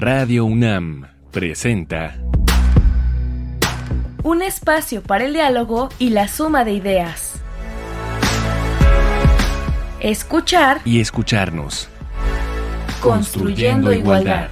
Radio UNAM presenta un espacio para el diálogo y la suma de ideas. Escuchar y escucharnos. Construyendo igualdad.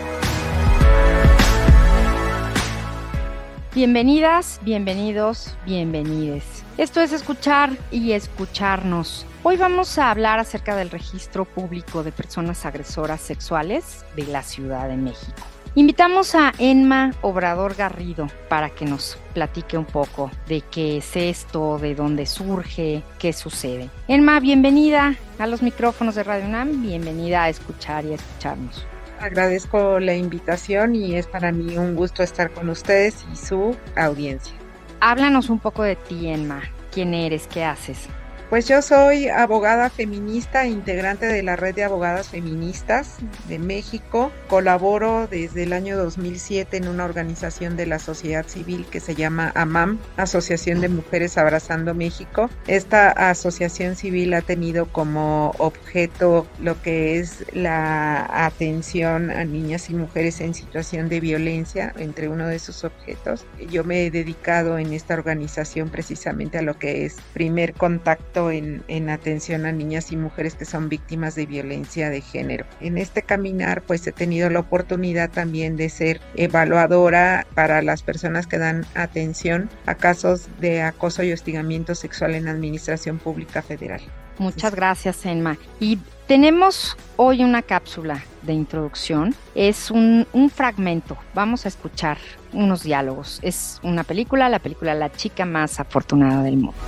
Bienvenidas, bienvenidos, bienvenides. Esto es Escuchar y Escucharnos. Hoy vamos a hablar acerca del registro público de personas agresoras sexuales de la Ciudad de México. Invitamos a Enma Obrador Garrido para que nos platique un poco de qué es esto, de dónde surge, qué sucede. Enma, bienvenida a los micrófonos de Radio UNAM, bienvenida a Escuchar y Escucharnos. Agradezco la invitación y es para mí un gusto estar con ustedes y su audiencia. Háblanos un poco de ti, Enma. ¿Quién eres? ¿Qué haces? Pues yo soy abogada feminista, integrante de la Red de Abogadas Feministas de México. Colaboro desde el año 2007 en una organización de la sociedad civil que se llama AMAM, Asociación de Mujeres Abrazando México. Esta asociación civil ha tenido como objeto lo que es la atención a niñas y mujeres en situación de violencia, entre uno de sus objetos. Yo me he dedicado en esta organización precisamente a lo que es primer contacto en atención a niñas y mujeres que son víctimas de violencia de género. En este caminar pues he tenido la oportunidad también de ser evaluadora para las personas que dan atención a casos de acoso y hostigamiento sexual en la Administración Pública Federal. Muchas gracias, Enma. Y tenemos hoy una cápsula de introducción. Es un fragmento. Vamos a escuchar unos diálogos. Es una película, la película La chica más afortunada del mundo.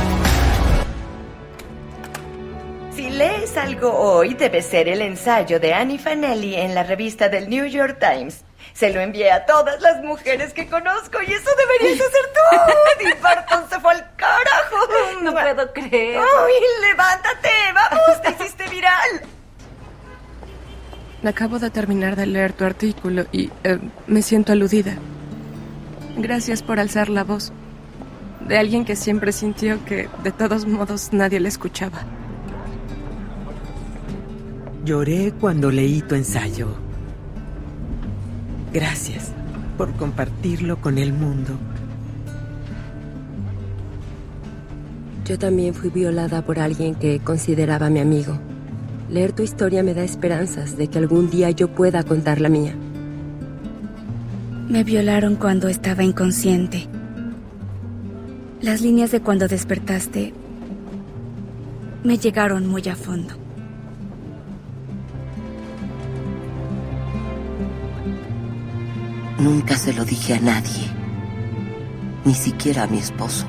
Si lees algo hoy, debe ser el ensayo de Annie Fanelli en la revista del New York Times. Se lo envié a todas las mujeres que conozco y eso deberías hacer tú. Dean Barton se fue al carajo. No puedo creer. ¡Uy, levántate! ¡Vamos! ¡Te hiciste viral! Acabo de terminar de leer tu artículo y me siento aludida. Gracias por alzar la voz. De alguien que siempre sintió que, de todos modos, nadie le escuchaba. Lloré cuando leí tu ensayo. Gracias por compartirlo con el mundo. Yo también fui violada por alguien que consideraba mi amigo. Leer tu historia me da esperanzas de que algún día yo pueda contar la mía. Me violaron cuando estaba inconsciente. Las líneas de cuando despertaste me llegaron muy a fondo. Nunca se lo dije a nadie, ni siquiera a mi esposo.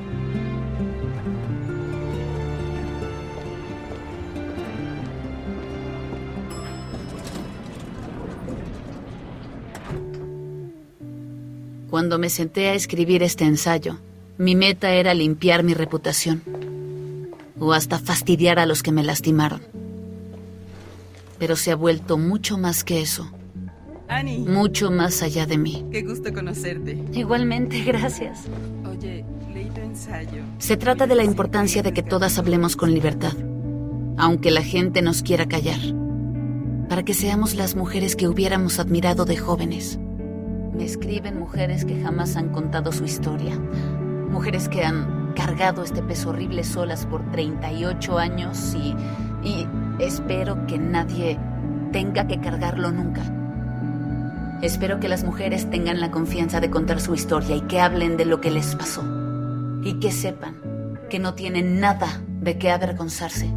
Cuando me senté a escribir este ensayo, mi meta era limpiar mi reputación, o hasta fastidiar a los que me lastimaron. Pero se ha vuelto mucho más que eso. Annie. Mucho más allá de mí. Qué gusto conocerte. Igualmente, gracias. Oye, leí tu ensayo. Se trata de la importancia de que todas hablemos con libertad, aunque la gente nos quiera callar, para que seamos las mujeres que hubiéramos admirado de jóvenes. Me escriben mujeres que jamás han contado su historia, mujeres que han cargado este peso horrible solas por 38 años y espero que nadie tenga que cargarlo nunca. Espero que las mujeres tengan la confianza de contar su historia y que hablen de lo que les pasó. Y que sepan que no tienen nada de qué avergonzarse.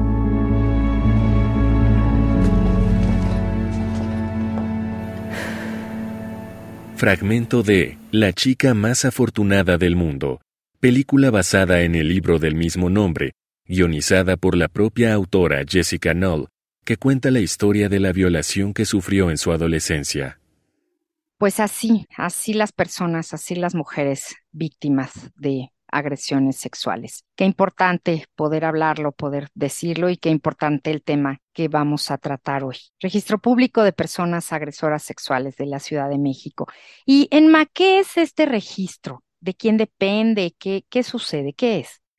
Fragmento de La chica más afortunada del mundo, película basada en el libro del mismo nombre, guionizada por la propia autora Jessica Null, que cuenta la historia de la violación que sufrió en su adolescencia. Pues así las personas, así las mujeres víctimas de agresiones sexuales. Qué importante poder hablarlo, poder decirlo y qué importante el tema que vamos a tratar hoy. Registro público de personas agresoras sexuales de la Ciudad de México. Y Enma, ¿qué es este registro? ¿De quién depende? ¿Qué sucede? ¿Qué es?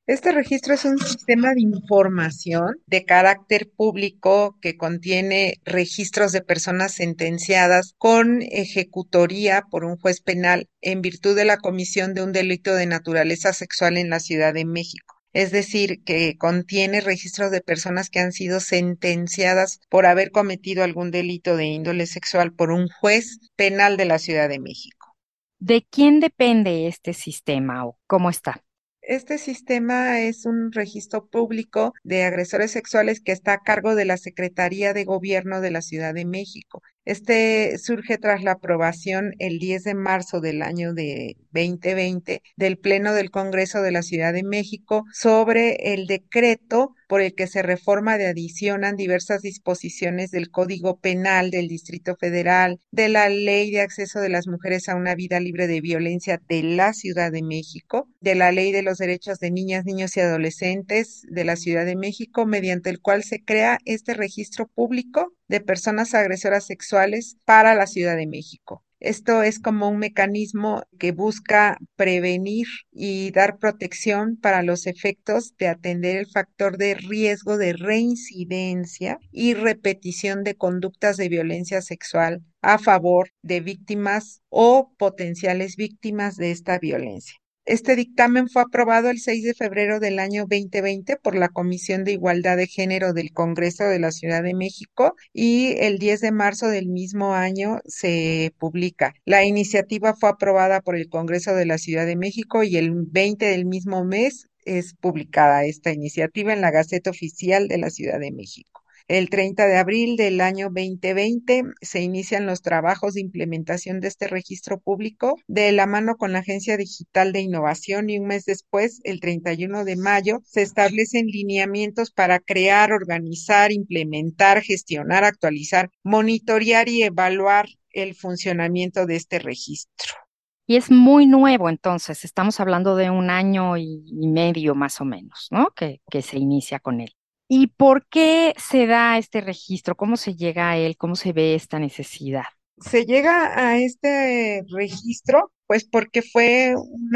Este registro es un sistema de información de carácter público que contiene registros de personas sentenciadas con ejecutoría por un juez penal en virtud de la comisión de un delito de naturaleza sexual en la Ciudad de México. Es decir, que contiene registros de personas que han sido sentenciadas por haber cometido algún delito de índole sexual por un juez penal de la Ciudad de México. ¿De quién depende este sistema o cómo está? Este sistema es un registro público de agresores sexuales que está a cargo de la Secretaría de Gobierno de la Ciudad de México. Este surge tras la aprobación el 10 de marzo del año de 2020 del Pleno del Congreso de la Ciudad de México sobre el decreto por el que se reforma de adicionan diversas disposiciones del Código Penal del Distrito Federal, de la Ley de Acceso de las Mujeres a una Vida Libre de Violencia de la Ciudad de México, de la Ley de los Derechos de Niñas, Niños y Adolescentes de la Ciudad de México, mediante el cual se crea este registro público de personas agresoras sexuales para la Ciudad de México. Esto es como un mecanismo que busca prevenir y dar protección para los efectos de atender el factor de riesgo de reincidencia y repetición de conductas de violencia sexual a favor de víctimas o potenciales víctimas de esta violencia. Este dictamen fue aprobado el 6 de febrero del año 2020 por la Comisión de Igualdad de Género del Congreso de la Ciudad de México y el 10 de marzo del mismo año se publica. La iniciativa fue aprobada por el Congreso de la Ciudad de México y el 20 del mismo mes es publicada esta iniciativa en la Gaceta Oficial de la Ciudad de México. El 30 de abril del año 2020 se inician los trabajos de implementación de este registro público de la mano con la Agencia Digital de Innovación y un mes después, el 31 de mayo, se establecen lineamientos para crear, organizar, implementar, gestionar, actualizar, monitorear y evaluar el funcionamiento de este registro. Y es muy nuevo, entonces, estamos hablando de un año y medio más o menos, ¿no? Que se inicia con él. ¿Y por qué se da este registro? ¿Cómo se llega a él? ¿Cómo se ve esta necesidad? Se llega a este registro, pues porque fue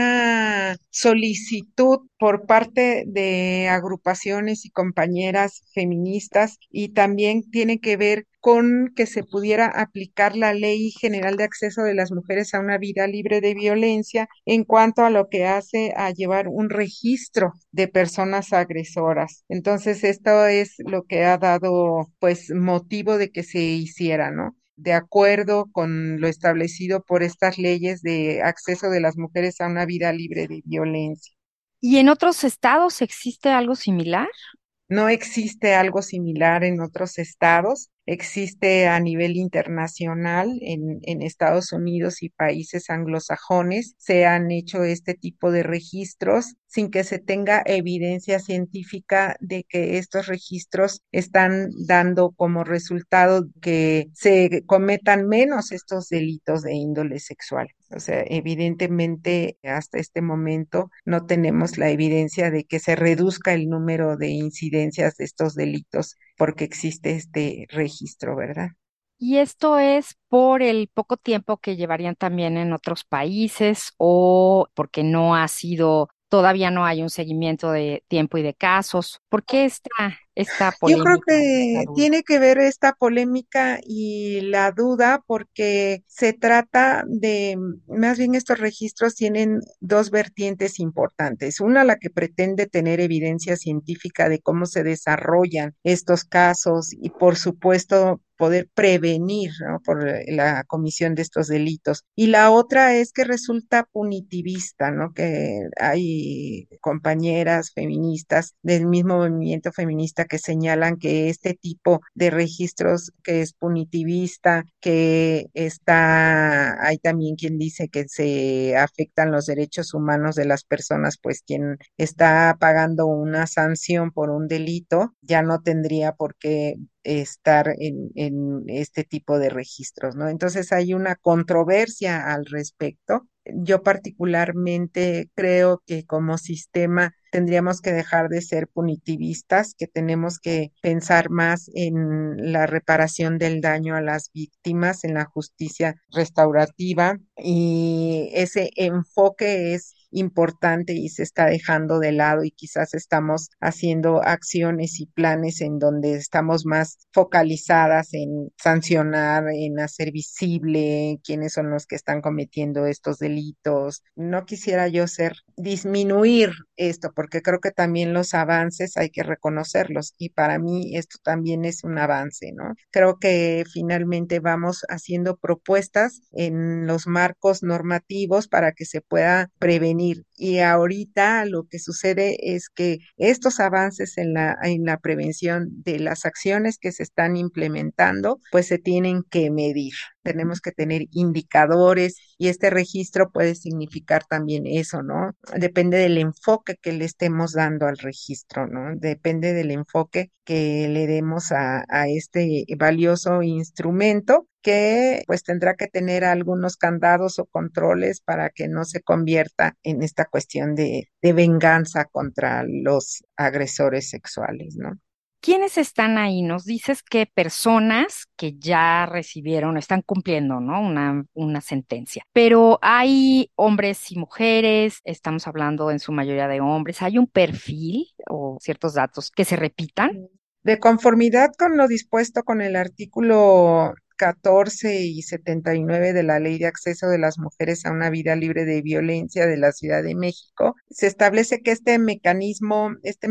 una solicitud por parte de agrupaciones y compañeras feministas y también tiene que ver con que se pudiera aplicar la Ley General de Acceso de las Mujeres a una Vida Libre de Violencia en cuanto a lo que hace a llevar un registro de personas agresoras. Entonces, esto es lo que ha dado, pues, motivo de que se hiciera, ¿no? De acuerdo con lo establecido por estas leyes de acceso de las mujeres a una vida libre de violencia. ¿Y en otros estados existe algo similar? No existe algo similar en otros estados. Existe a nivel internacional en Estados Unidos y países anglosajones. Se han hecho este tipo de registros sin que se tenga evidencia científica de que estos registros están dando como resultado que se cometan menos estos delitos de índole sexual. O sea, evidentemente hasta este momento no tenemos la evidencia de que se reduzca el número de incidencias de estos delitos porque existe este registro, ¿verdad? ¿Y esto es por el poco tiempo que llevarían también en otros países o porque no ha sido, todavía no hay un seguimiento de tiempo y de casos? ¿Por qué esta Yo creo polémica? que tiene que ver esta polémica y la duda porque se trata de, más bien estos registros tienen dos vertientes importantes. Una, la que pretende tener evidencia científica de cómo se desarrollan estos casos y por supuesto poder prevenir, ¿no? Por la comisión de estos delitos. Y la otra es que resulta punitivista, ¿no? Que hay compañeras feministas del mismo movimiento feminista que señalan que este tipo de registros que es punitivista, que está, hay también quien dice que se afectan los derechos humanos de las personas, pues quien está pagando una sanción por un delito ya no tendría por qué estar en este tipo de registros, ¿no? Entonces hay una controversia al respecto. Yo particularmente creo que como sistema tendríamos que dejar de ser punitivistas, que tenemos que pensar más en la reparación del daño a las víctimas, en la justicia restaurativa y ese enfoque es importante y se está dejando de lado y quizás estamos haciendo acciones y planes en donde estamos más focalizadas en sancionar, en hacer visible quiénes son los que están cometiendo estos delitos. No quisiera yo disminuir esto, porque creo que también los avances hay que reconocerlos y para mí esto también es un avance, ¿no? Creo que finalmente vamos haciendo propuestas en los marcos normativos para que se pueda prevenir y ahorita lo que sucede es que estos avances en la prevención de las acciones que se están implementando, pues se tienen que medir. Tenemos que tener indicadores y este registro puede significar también eso, ¿no? Depende del enfoque que le estemos dando al registro, ¿no? Depende del enfoque que le demos a este valioso instrumento que pues tendrá que tener algunos candados o controles para que no se convierta en esta cuestión de venganza contra los agresores sexuales, ¿no? ¿Quiénes están ahí? Nos dices que personas que ya recibieron, están cumpliendo, ¿no? Una sentencia. Pero hay hombres y mujeres, estamos hablando en su mayoría de hombres. ¿Hay un perfil o ciertos datos que se repitan? De conformidad con lo dispuesto con el artículo 14 y 79 de la Ley de Acceso de las Mujeres a una Vida Libre de Violencia de la Ciudad de México, se establece que este mecanismo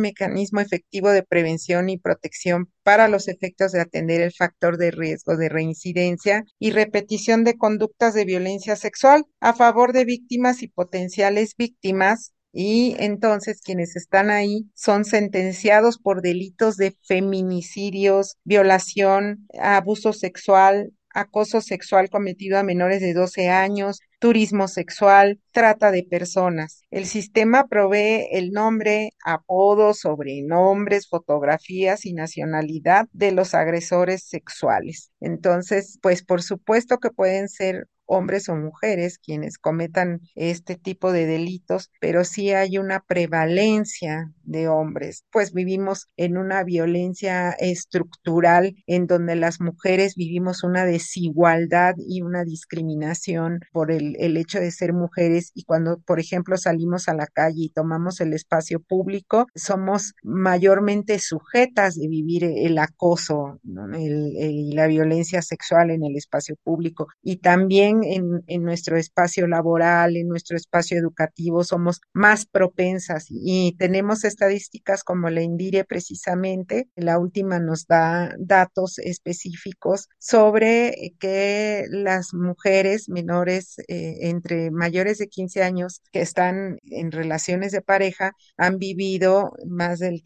efectivo de prevención y protección para los efectos de atender el factor de riesgo de reincidencia y repetición de conductas de violencia sexual a favor de víctimas y potenciales víctimas. Y entonces quienes están ahí son sentenciados por delitos de feminicidios, violación, abuso sexual, acoso sexual cometido a menores de 12 años, turismo sexual, trata de personas. El sistema provee el nombre, apodos, sobrenombres, fotografías y nacionalidad de los agresores sexuales. Entonces, pues por supuesto que pueden ser hombres o mujeres quienes cometan este tipo de delitos, pero sí hay una prevalencia de hombres, pues vivimos en una violencia estructural en donde las mujeres vivimos una desigualdad y una discriminación por el hecho de ser mujeres y cuando, por ejemplo, salimos a la calle y tomamos el espacio público, somos mayormente sujetas de vivir el acoso, ¿no? Y la violencia sexual en el espacio público y también en nuestro espacio laboral, en nuestro espacio educativo, somos más propensas y tenemos estadísticas como la INDIRE precisamente, la última nos da datos específicos sobre que las mujeres menores entre mayores de 15 años que están en relaciones de pareja han vivido más del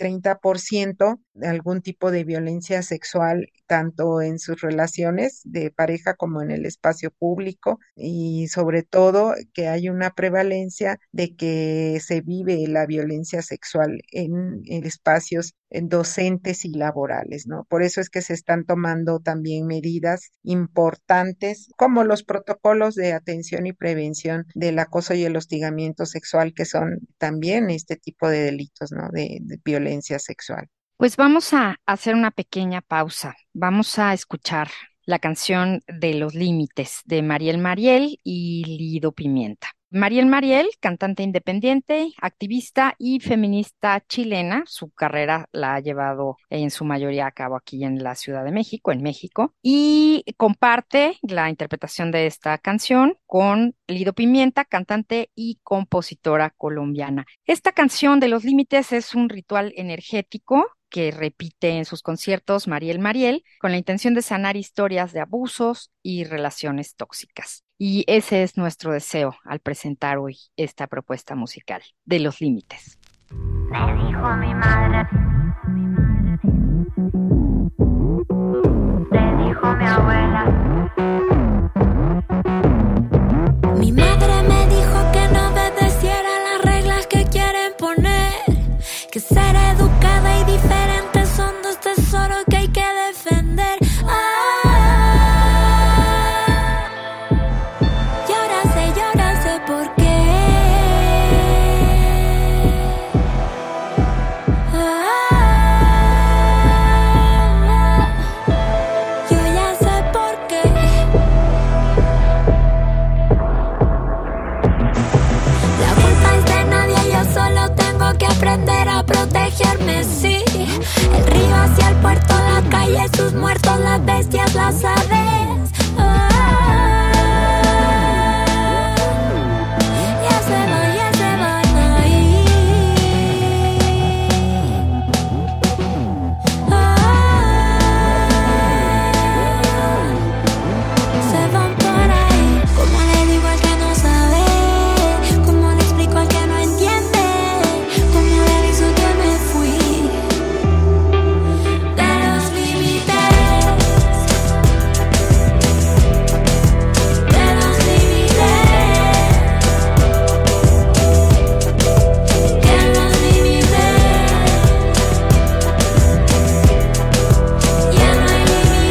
30% de algún tipo de violencia sexual, tanto en sus relaciones de pareja como en el espacio público y sobre todo que hay una prevalencia de que se vive la violencia sexual en espacios docentes y laborales, ¿no? Por eso es que se están tomando también medidas importantes como los protocolos de atención y prevención del acoso y el hostigamiento sexual, que son también este tipo de delitos, ¿no? De violencia sexual. Pues vamos a hacer una pequeña pausa. Vamos a escuchar la canción de Los Límites de Mariel Mariel y Lido Pimienta. Mariel Mariel, cantante independiente, activista y feminista chilena. Su carrera la ha llevado en su mayoría a cabo aquí en la Ciudad de México, en México, y comparte la interpretación de esta canción con Lido Pimienta, cantante y compositora colombiana. Esta canción de Los Límites es un ritual energético que repite en sus conciertos Mariel Mariel con la intención de sanar historias de abusos y relaciones tóxicas. Y ese es nuestro deseo al presentar hoy esta propuesta musical de Los Límites. Me dijo mi madre, te dijo mi abuela. Mi madre me dijo que no obedeciera las reglas que quieren poner, que ser educada y diferente son dos tesoros que hay que defender. Y ahora sé por qué. Yo ya sé por qué. La culpa es de protegerme, sí. El río hacia el puerto, la calle, sus muertos, las bestias, las aves. Ya se van ahí. Se van por ahí. ¿Cómo le digo al que no sabe? ¿Cómo le explico al que no entiende? ¿Cómo le aviso que me fui de los límites? De los límites. Que en los límites ya no hay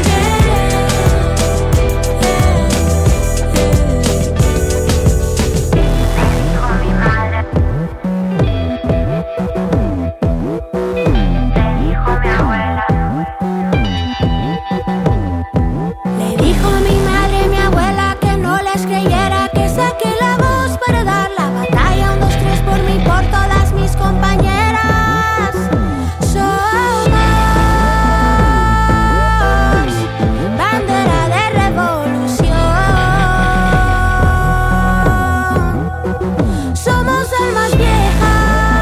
Le dijo mi madre y mi abuela que no les creyera, que saqué la voz para dar la batalla. 1, 2, 3 por mí, por todas mis compañeras. Somos bandera de revolución. Somos almas viejas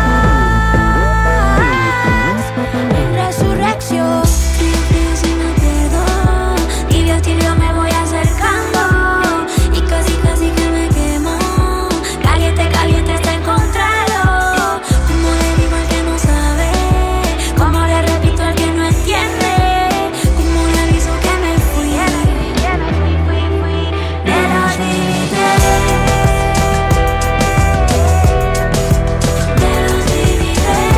en resurrección. Frío, frío si me pierdo. Tibio, tibio me voy acercando. Y casi, casi que me quemo. Caliente, caliente está encontrado. ¿Cómo le digo al que no sabe? ¿Cómo le repito al que no entiende? ¿Cómo le aviso que me fui? De los límites. De los límites.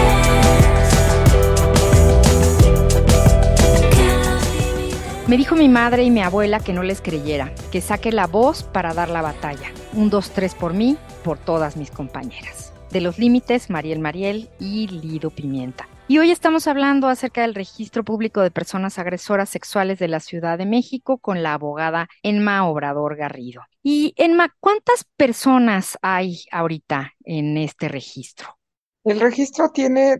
Que los límites. Me dijo mi madre y mi abuela que no les creyera, que saque la voz para dar la batalla. 1, 2, 3 por mí, por todas mis compañeras. De los límites, Mariel Mariel y Lido Pimienta. Y hoy estamos hablando acerca del registro público de personas agresoras sexuales de la Ciudad de México con la abogada Enma Obrador Garrido. Y Enma, ¿cuántas personas hay ahorita en este registro? El registro tiene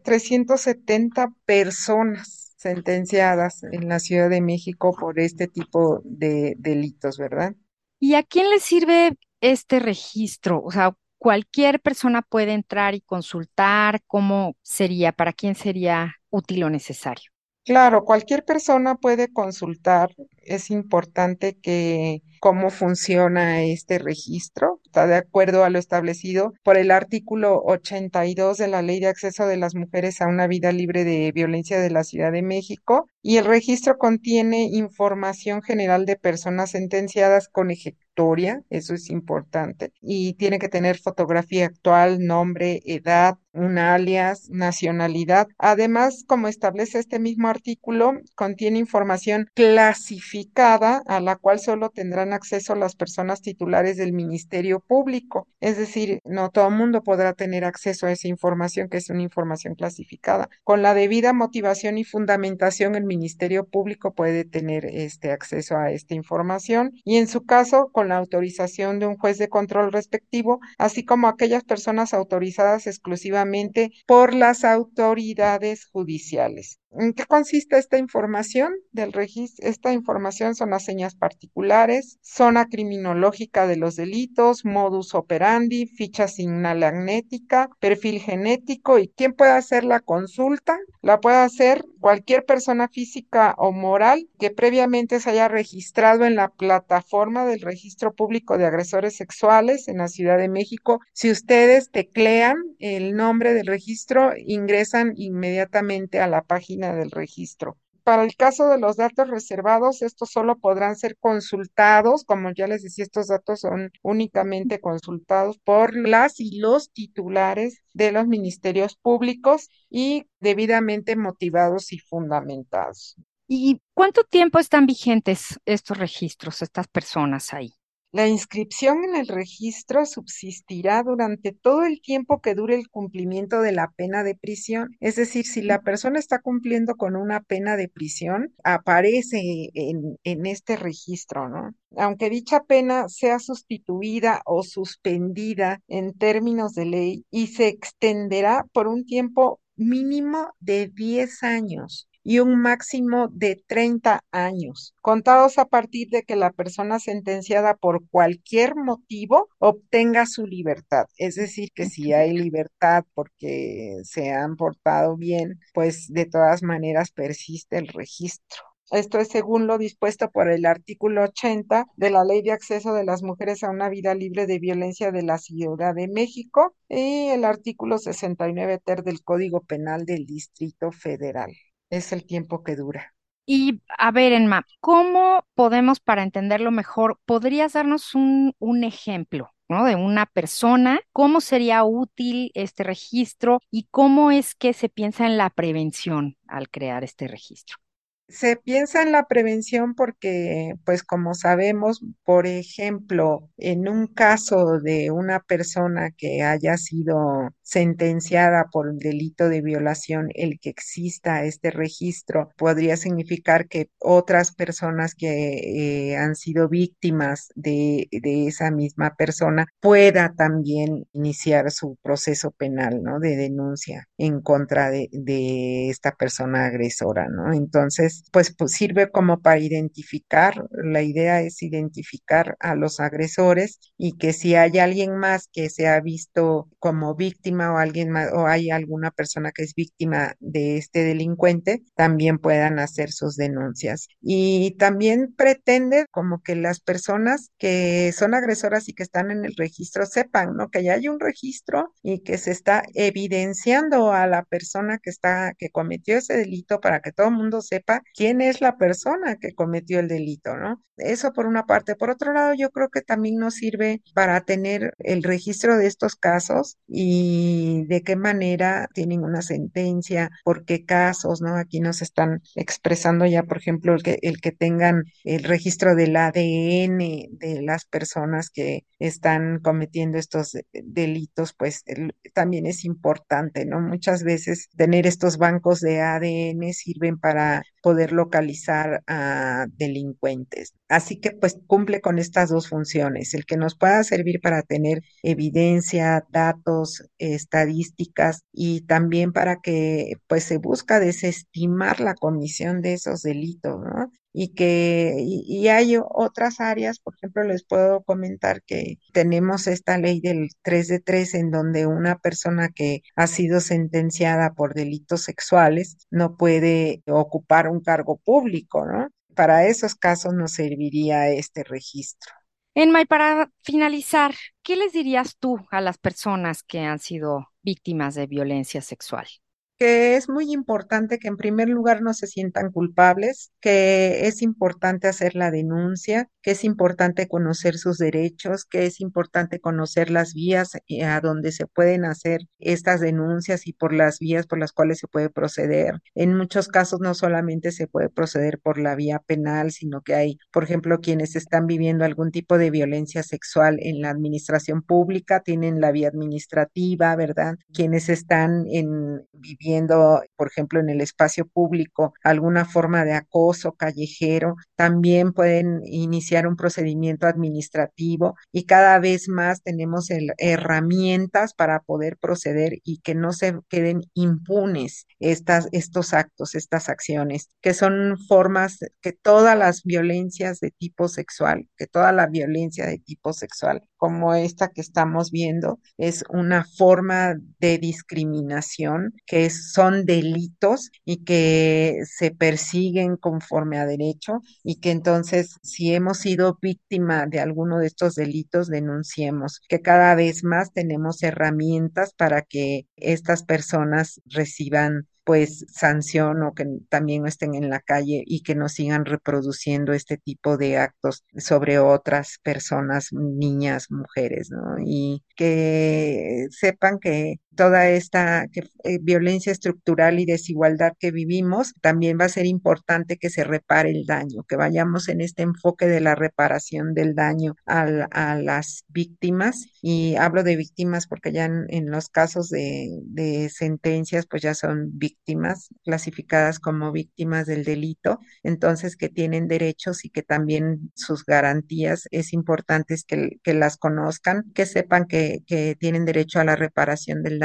370 personas sentenciadas en la Ciudad de México por este tipo de delitos, ¿verdad? ¿Y a quién le sirve este registro? O sea, ¿cualquier persona puede entrar y consultar? ¿Cómo sería? ¿Para quién sería útil o necesario? Claro, cualquier persona puede consultar. Es importante que cómo funciona este registro. Está de acuerdo a lo establecido por el artículo 82 de la Ley de Acceso de las Mujeres a una Vida Libre de Violencia de la Ciudad de México. Y el registro contiene información general de personas sentenciadas con ejecutoria, eso es importante, y tiene que tener fotografía actual, nombre, edad, un alias, nacionalidad. Además, como establece este mismo artículo, contiene información clasificada a la cual solo tendrán acceso las personas titulares del Ministerio Público. Es decir, no todo el mundo podrá tener acceso a esa información, que es una información clasificada. Con la debida motivación y fundamentación, el Ministerio Público puede tener este acceso a esta información y en su caso, con la autorización de un juez de control respectivo, así como aquellas personas autorizadas exclusivamente por las autoridades judiciales. ¿En qué consiste esta información del registro? Esta información son las señas particulares, zona criminológica de los delitos, modus operandi, ficha signalagnética, perfil genético. ¿Y quién puede hacer la consulta? La puede hacer cualquier persona física o moral que previamente se haya registrado en la plataforma del Registro Público de Agresores Sexuales en la Ciudad de México. Si ustedes teclean el nombre del registro, ingresan inmediatamente a la página del registro. Para el caso de los datos reservados, estos solo podrán ser consultados, como ya les decía, estos datos son únicamente consultados por las y los titulares de los ministerios públicos y debidamente motivados y fundamentados. ¿Y cuánto tiempo están vigentes estos registros, estas personas ahí? La inscripción en el registro subsistirá durante todo el tiempo que dure el cumplimiento de la pena de prisión. Es decir, si la persona está cumpliendo con una pena de prisión, aparece en este registro, ¿no? Aunque dicha pena sea sustituida o suspendida en términos de ley y se extenderá por un tiempo mínimo de 10 años y un máximo de 30 años, contados a partir de que la persona sentenciada por cualquier motivo obtenga su libertad. Es decir, que si hay libertad porque se han portado bien, pues de todas maneras persiste el registro. Esto es según lo dispuesto por el artículo 80 de la Ley de Acceso de las Mujeres a una Vida Libre de Violencia de la Ciudad de México y el artículo 69 ter del Código Penal del Distrito Federal. Es el tiempo que dura. Y a ver, Emma, ¿cómo podemos, para entenderlo mejor, podrías darnos un ejemplo, ¿no? De una persona, cómo sería útil este registro y cómo es que se piensa en la prevención al crear este registro? Se piensa en la prevención porque, pues como sabemos, por ejemplo, en un caso de una persona que haya sido sentenciada por un delito de violación, el que exista este registro podría significar que otras personas que han sido víctimas de esa misma persona pueda también iniciar su proceso penal, ¿no? De denuncia en contra de esta persona agresora, ¿no? Entonces, pues sirve como para identificar, la idea es identificar a los agresores y que si hay alguien más que se ha visto como víctima o alguien más, o hay alguna persona que es víctima de este delincuente, también puedan hacer sus denuncias. Y también pretende como que las personas que son agresoras y que están en el registro sepan, ¿no? Que ya hay un registro y que se está evidenciando a la persona que cometió ese delito para que todo el mundo sepa quién es la persona que cometió el delito, ¿no? Eso por una parte. Por otro lado, yo creo que también nos sirve para tener el registro de estos casos y de qué manera tienen una sentencia, por qué casos, ¿no? Aquí nos están expresando ya, por ejemplo, el que tengan el registro del ADN de las personas que están cometiendo estos delitos, pues también es importante, ¿no? Muchas veces tener estos bancos de ADN sirven para poder localizar a delincuentes. Así que pues cumple con estas dos funciones, el que nos pueda servir para tener evidencia, datos, estadísticas y también para que pues se busca desestimar la comisión de esos delitos, ¿no? Y hay otras áreas, por ejemplo, les puedo comentar que tenemos esta ley del 3 de 3 en donde una persona que ha sido sentenciada por delitos sexuales no puede ocupar un cargo público, ¿no? Para esos casos nos serviría este registro. Enma, y para finalizar, ¿qué les dirías tú a las personas que han sido víctimas de violencia sexual? Que es muy importante que en primer lugar no se sientan culpables, que es importante hacer la denuncia, que es importante conocer sus derechos, que es importante conocer las vías a donde se pueden hacer estas denuncias y por las vías por las cuales se puede proceder. En muchos casos no solamente se puede proceder por la vía penal, sino que hay, por ejemplo, quienes están viviendo algún tipo de violencia sexual en la administración pública, tienen la vía administrativa, ¿verdad? Quienes están viviendo, por ejemplo, en el espacio público, alguna forma de acoso callejero, también pueden iniciar un procedimiento administrativo y cada vez más tenemos herramientas para poder proceder y que no se queden impunes estos actos, estas acciones, que son formas que todas las violencias de tipo sexual, que toda la violencia de tipo sexual, como esta que estamos viendo, es una forma de discriminación que son delitos y que se persiguen conforme a derecho y que entonces si hemos sido víctima de alguno de estos delitos, denunciemos, que cada vez más tenemos herramientas para que estas personas reciban pues sanción o que también no estén en la calle y que no sigan reproduciendo este tipo de actos sobre otras personas, niñas, mujeres, ¿no? Y que sepan que toda esta violencia estructural y desigualdad que vivimos, también va a ser importante que se repare el daño, que vayamos en este enfoque de la reparación del daño a las víctimas. Y hablo de víctimas porque ya en los casos de sentencias, pues ya son víctimas clasificadas como víctimas del delito, entonces que tienen derechos y que también sus garantías es importante que las conozcan, que sepan que tienen derecho a la reparación del daño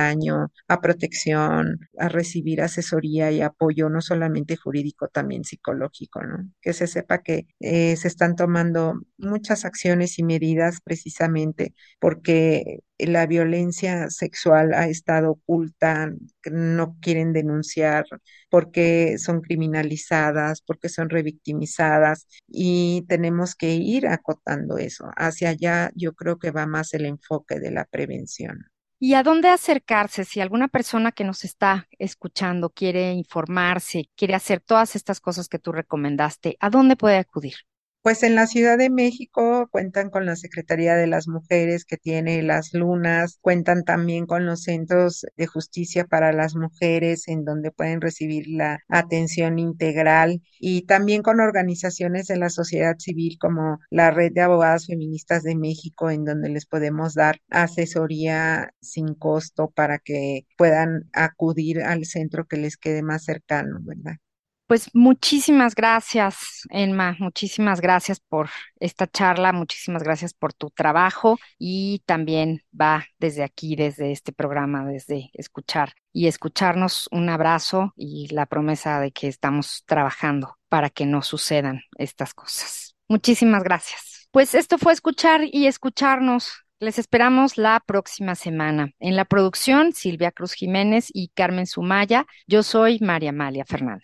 daño, a protección, a recibir asesoría y apoyo, no solamente jurídico, también psicológico, ¿no? Que se sepa que se están tomando muchas acciones y medidas precisamente porque la violencia sexual ha estado oculta, no quieren denunciar porque son criminalizadas, porque son revictimizadas y tenemos que ir acotando eso. Hacia allá yo creo que va más el enfoque de la prevención. ¿Y a dónde acercarse si alguna persona que nos está escuchando quiere informarse, quiere hacer todas estas cosas que tú recomendaste? ¿A dónde puede acudir? Pues en la Ciudad de México cuentan con la Secretaría de las Mujeres que tiene las lunas, cuentan también con los centros de justicia para las mujeres en donde pueden recibir la atención integral y también con organizaciones de la sociedad civil como la Red de Abogadas Feministas de México en donde les podemos dar asesoría sin costo para que puedan acudir al centro que les quede más cercano, ¿verdad? Pues muchísimas gracias, Emma, muchísimas gracias por esta charla, muchísimas gracias por tu trabajo y también va desde aquí, desde este programa, desde escuchar y escucharnos, un abrazo y la promesa de que estamos trabajando para que no sucedan estas cosas. Muchísimas gracias. Pues esto fue Escuchar y Escucharnos. Les esperamos la próxima semana. En la producción, Silvia Cruz Jiménez y Carmen Sumaya. Yo soy María Amalia Fernández.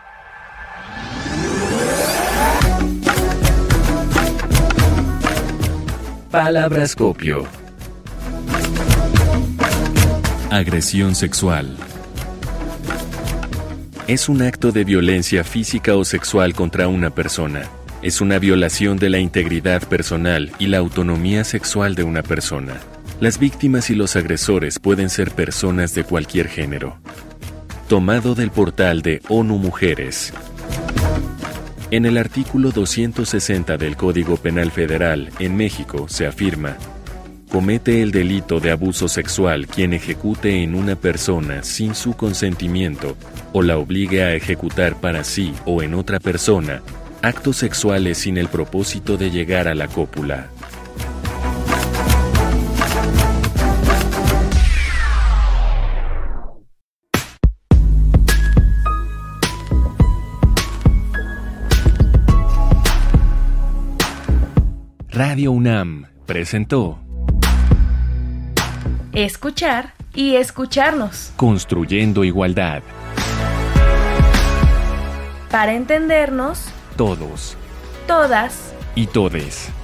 Palabrascopio. Agresión sexual. Es un acto de violencia física o sexual contra una persona. Es una violación de la integridad personal y la autonomía sexual de una persona. Las víctimas y los agresores pueden ser personas de cualquier género. Tomado del portal de ONU Mujeres. En el artículo 260 del Código Penal Federal, en México, se afirma: comete el delito de abuso sexual quien ejecute en una persona sin su consentimiento o la obligue a ejecutar para sí o en otra persona actos sexuales sin el propósito de llegar a la cópula. Radio UNAM presentó Escuchar y escucharnos. Construyendo igualdad. Para entendernos, Todos. todas Y todes.